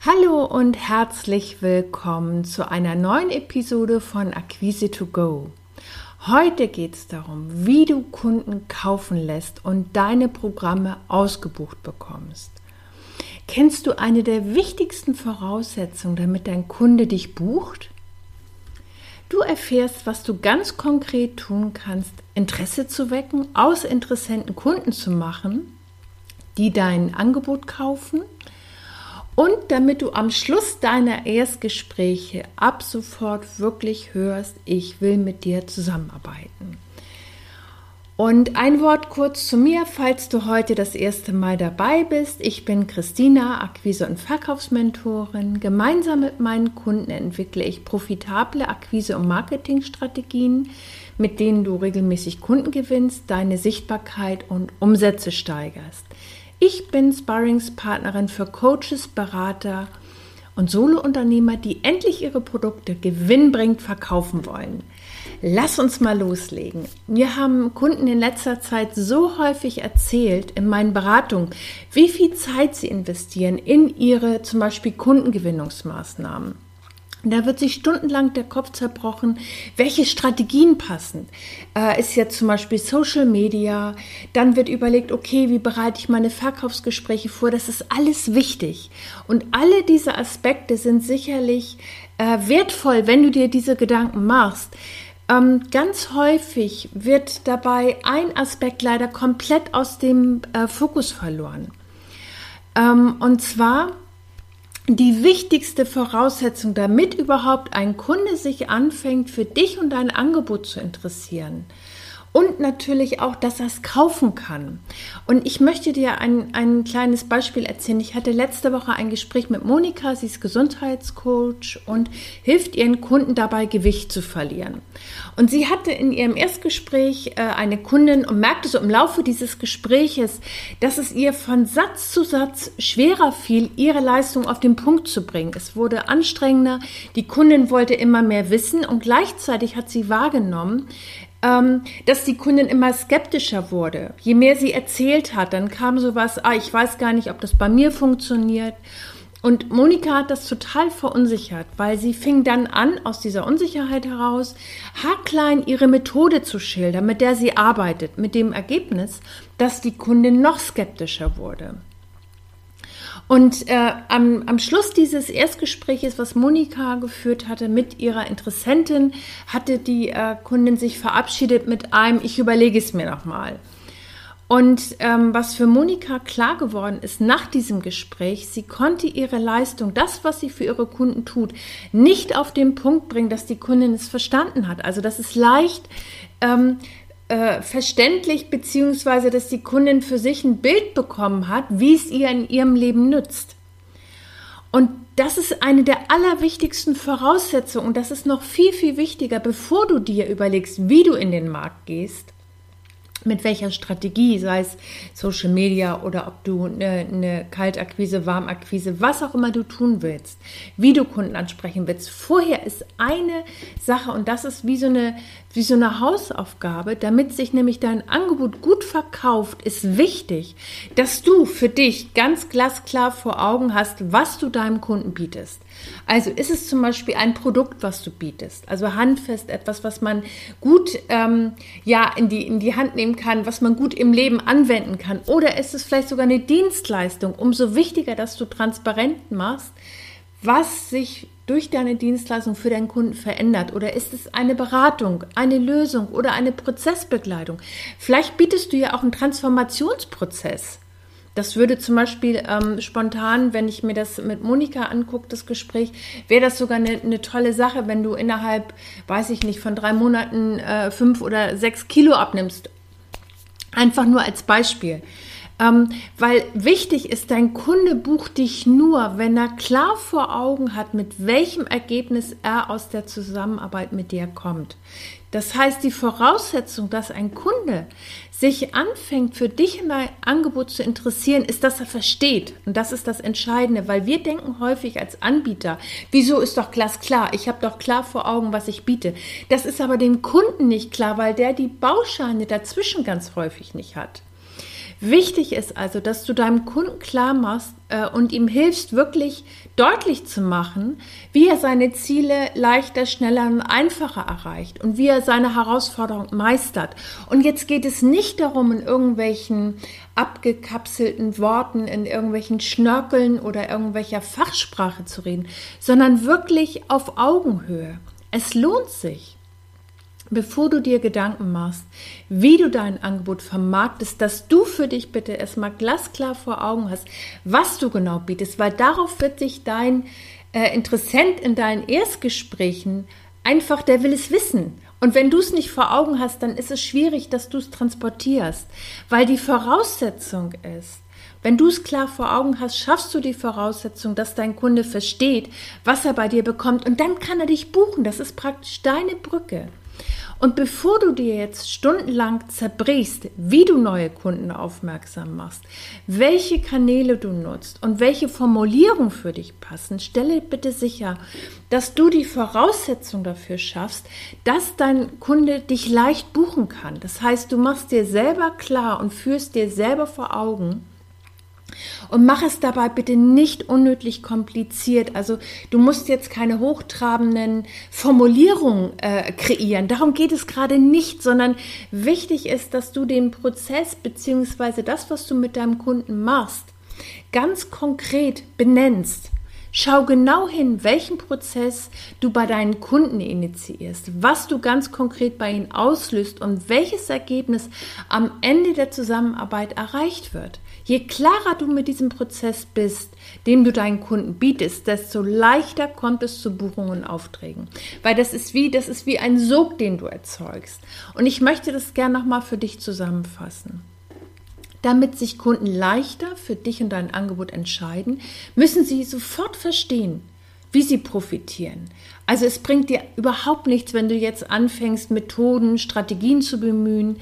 Hallo und herzlich willkommen zu einer neuen Episode von Akquise to Go. Heute geht es darum, wie du Kunden kaufen lässt und deine Programme ausgebucht bekommst. Kennst du eine der wichtigsten Voraussetzungen, damit dein Kunde dich bucht? Du erfährst, was du ganz konkret tun kannst, Interesse zu wecken, aus Interessenten Kunden zu machen, die dein Angebot kaufen. Und damit du am Schluss deiner Erstgespräche ab sofort wirklich hörst, ich will mit dir zusammenarbeiten. Und ein Wort kurz zu mir, falls du heute das erste Mal dabei bist. Ich bin Christina, Akquise- und Verkaufsmentorin. Gemeinsam mit meinen Kunden entwickle ich profitable Akquise- und Marketingstrategien, mit denen du regelmäßig Kunden gewinnst, deine Sichtbarkeit und Umsätze steigerst. Ich bin Sparringspartnerin für Coaches, Berater und Solounternehmer, die endlich ihre Produkte gewinnbringend verkaufen wollen. Lass uns mal loslegen. Mir haben Kunden in letzter Zeit so häufig erzählt in meinen Beratungen, wie viel Zeit sie investieren in ihre zum Beispiel Kundengewinnungsmaßnahmen. Da wird sich stundenlang der Kopf zerbrochen, welche Strategien passen. Ist jetzt zum Beispiel Social Media, dann wird überlegt, okay, wie bereite ich meine Verkaufsgespräche vor, das ist alles wichtig. Und alle diese Aspekte sind sicherlich wertvoll, wenn du dir diese Gedanken machst. Ganz häufig wird dabei ein Aspekt leider komplett aus dem Fokus verloren. Und zwar die wichtigste Voraussetzung, damit überhaupt ein Kunde sich anfängt, für dich und dein Angebot zu interessieren. Und natürlich auch, dass er es kaufen kann. Und ich möchte dir ein kleines Beispiel erzählen. Ich hatte letzte Woche ein Gespräch mit Monika, sie ist Gesundheitscoach und hilft ihren Kunden dabei, Gewicht zu verlieren. Und sie hatte in ihrem Erstgespräch eine Kundin und merkte so im Laufe dieses Gespräches, dass es ihr von Satz zu Satz schwerer fiel, ihre Leistung auf den Punkt zu bringen. Es wurde anstrengender, die Kundin wollte immer mehr wissen und gleichzeitig hat sie wahrgenommen, dass die Kundin immer skeptischer wurde. Je mehr sie erzählt hat, dann kam sowas, ich weiß gar nicht, ob das bei mir funktioniert. Und Monika hat das total verunsichert, weil sie fing dann an, aus dieser Unsicherheit heraus, haarklein ihre Methode zu schildern, mit der sie arbeitet, mit dem Ergebnis, dass die Kundin noch skeptischer wurde. Und am Schluss dieses Erstgespräches, was Monika geführt hatte mit ihrer Interessentin, hatte die Kundin sich verabschiedet mit einem, ich überlege es mir nochmal. Und was für Monika klar geworden ist nach diesem Gespräch, sie konnte ihre Leistung, das, was sie für ihre Kunden tut, nicht auf den Punkt bringen, dass die Kundin es verstanden hat. Also das ist leicht verständlich, beziehungsweise dass die Kundin für sich ein Bild bekommen hat, wie es ihr in ihrem Leben nützt. Und das ist eine der allerwichtigsten Voraussetzungen und das ist noch viel, viel wichtiger, bevor du dir überlegst, wie du in den Markt gehst, mit welcher Strategie, sei es Social Media oder ob du eine Kaltakquise, Warmakquise, was auch immer du tun willst, wie du Kunden ansprechen willst. Vorher ist eine Sache und das ist wie so eine Hausaufgabe, damit sich nämlich dein Angebot gut verkauft, ist wichtig, dass du für dich ganz glasklar vor Augen hast, was du deinem Kunden bietest. Also ist es zum Beispiel ein Produkt, was du bietest, also handfest etwas, was man gut in die Hand nehmen kann, was man gut im Leben anwenden kann, oder ist es vielleicht sogar eine Dienstleistung? Umso wichtiger, dass du transparent machst, was sich durch deine Dienstleistung für deinen Kunden verändert, oder ist es eine Beratung, eine Lösung oder eine Prozessbegleitung? Vielleicht bietest du ja auch einen Transformationsprozess. Das würde zum Beispiel spontan, wenn ich mir das mit Monika angucke, das Gespräch, wäre das sogar eine tolle Sache, wenn du innerhalb, weiß ich nicht, von 3 Monaten 5 oder 6 Kilo abnimmst. Einfach nur als Beispiel. Weil wichtig ist, dein Kunde bucht dich nur, wenn er klar vor Augen hat, mit welchem Ergebnis er aus der Zusammenarbeit mit dir kommt. Das heißt, die Voraussetzung, dass ein Kunde sich anfängt, für dich und dein Angebot zu interessieren, ist, dass er versteht. Und das ist das Entscheidende, weil wir denken häufig als Anbieter, wieso ist doch glasklar, ich habe doch klar vor Augen, was ich biete. Das ist aber dem Kunden nicht klar, weil der die Bausteine dazwischen ganz häufig nicht hat. Wichtig ist also, dass du deinem Kunden klar machst und ihm hilfst, wirklich deutlich zu machen, wie er seine Ziele leichter, schneller und einfacher erreicht und wie er seine Herausforderung meistert. Und jetzt geht es nicht darum, in irgendwelchen abgekapselten Worten, in irgendwelchen Schnörkeln oder irgendwelcher Fachsprache zu reden, sondern wirklich auf Augenhöhe. Es lohnt sich, bevor du dir Gedanken machst, wie du dein Angebot vermarktest, dass du für dich bitte erstmal glasklar vor Augen hast, was du genau bietest, weil darauf wird sich dein Interessent in deinen Erstgesprächen einfach, der will es wissen. Und wenn du es nicht vor Augen hast, dann ist es schwierig, dass du es transportierst, weil die Voraussetzung ist, wenn du es klar vor Augen hast, schaffst du die Voraussetzung, dass dein Kunde versteht, was er bei dir bekommt und dann kann er dich buchen. Das ist praktisch deine Brücke. Und bevor du dir jetzt stundenlang zerbrichst, wie du neue Kunden aufmerksam machst, welche Kanäle du nutzt und welche Formulierungen für dich passen, stelle bitte sicher, dass du die Voraussetzung dafür schaffst, dass dein Kunde dich leicht buchen kann. Das heißt, du machst dir selber klar und führst dir selber vor Augen, und mach es dabei bitte nicht unnötig kompliziert. Also du musst jetzt keine hochtrabenden Formulierungen kreieren. Darum geht es gerade nicht, sondern wichtig ist, dass du den Prozess bzw. das, was du mit deinem Kunden machst, ganz konkret benennst. Schau genau hin, welchen Prozess du bei deinen Kunden initiierst, was du ganz konkret bei ihnen auslöst und welches Ergebnis am Ende der Zusammenarbeit erreicht wird. Je klarer du mit diesem Prozess bist, dem du deinen Kunden bietest, desto leichter kommt es zu Buchungen und Aufträgen. Weil das ist wie ein Sog, den du erzeugst. Und ich möchte das gerne nochmal für dich zusammenfassen. Damit sich Kunden leichter für dich und dein Angebot entscheiden, müssen sie sofort verstehen, wie sie profitieren. Also es bringt dir überhaupt nichts, wenn du jetzt anfängst, Methoden, Strategien zu bemühen,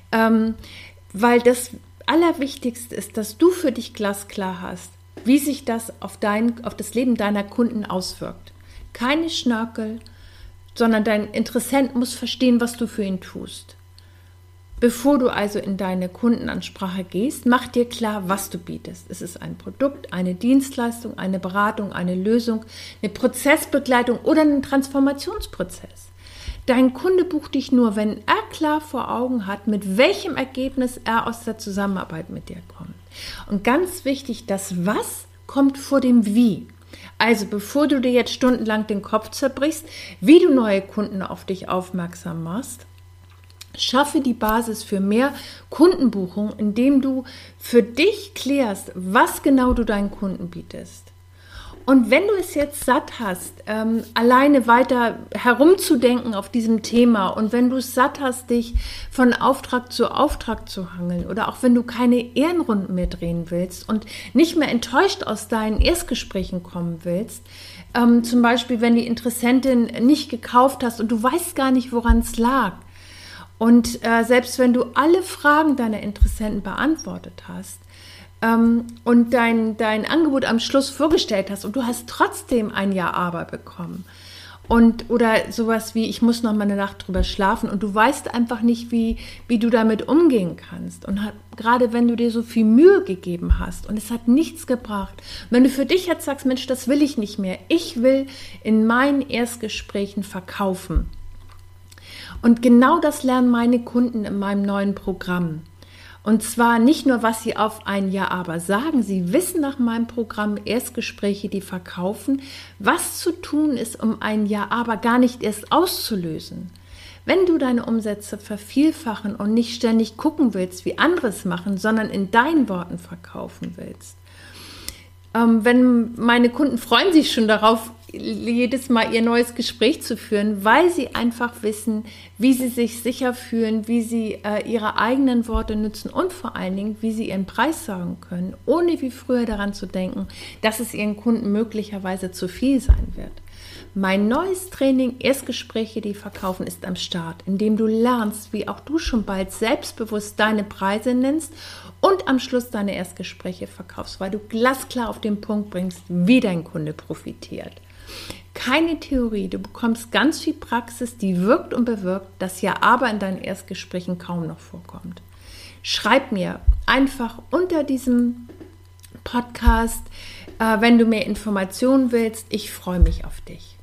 weil das Allerwichtigste ist, dass du für dich glasklar hast, wie sich das auf das Leben deiner Kunden auswirkt. Keine Schnörkel, sondern dein Interessent muss verstehen, was du für ihn tust. Bevor du also in deine Kundenansprache gehst, mach dir klar, was du bietest. Es ist ein Produkt, eine Dienstleistung, eine Beratung, eine Lösung, eine Prozessbegleitung oder ein Transformationsprozess. Dein Kunde bucht dich nur, wenn er klar vor Augen hat, mit welchem Ergebnis er aus der Zusammenarbeit mit dir kommt. Und ganz wichtig, das Was kommt vor dem Wie. Also bevor du dir jetzt stundenlang den Kopf zerbrichst, wie du neue Kunden auf dich aufmerksam machst, schaffe die Basis für mehr Kundenbuchung, indem du für dich klärst, was genau du deinen Kunden bietest. Und wenn du es jetzt satt hast, alleine weiter herumzudenken auf diesem Thema und wenn du es satt hast, dich von Auftrag zu hangeln oder auch wenn du keine Ehrenrunden mehr drehen willst und nicht mehr enttäuscht aus deinen Erstgesprächen kommen willst, zum Beispiel, wenn die Interessentin nicht gekauft hast und du weißt gar nicht, woran es lag, und selbst wenn du alle Fragen deiner Interessenten beantwortet hast und dein Angebot am Schluss vorgestellt hast und du hast trotzdem ein Ja-Aber bekommen oder sowas wie, ich muss noch mal eine Nacht drüber schlafen und du weißt einfach nicht, wie du damit umgehen kannst und gerade wenn du dir so viel Mühe gegeben hast und es hat nichts gebracht, wenn du für dich jetzt sagst, Mensch, das will ich nicht mehr, ich will in meinen Erstgesprächen verkaufen. Und genau das lernen meine Kunden in meinem neuen Programm. Und zwar nicht nur, was sie auf ein Ja-Aber sagen, sie wissen nach meinem Programm Erstgespräche, die verkaufen, was zu tun ist, um ein Ja-Aber gar nicht erst auszulösen. Wenn du deine Umsätze vervielfachen und nicht ständig gucken willst, wie andere es machen, sondern in deinen Worten verkaufen willst. Wenn meine Kunden freuen sich schon darauf, jedes Mal ihr neues Gespräch zu führen, weil sie einfach wissen, wie sie sich sicher fühlen, wie sie ihre eigenen Worte nutzen und vor allen Dingen, wie sie ihren Preis sagen können, ohne wie früher daran zu denken, dass es ihren Kunden möglicherweise zu viel sein wird. Mein neues Training Erstgespräche, die verkaufen, ist am Start, indem du lernst, wie auch du schon bald selbstbewusst deine Preise nennst und am Schluss deine Erstgespräche verkaufst, weil du glasklar auf den Punkt bringst, wie dein Kunde profitiert. Keine Theorie, du bekommst ganz viel Praxis, die wirkt und bewirkt, das Ja-Aber in deinen Erstgesprächen kaum noch vorkommt. Schreib mir einfach unter diesem Podcast, wenn du mehr Informationen willst. Ich freue mich auf dich.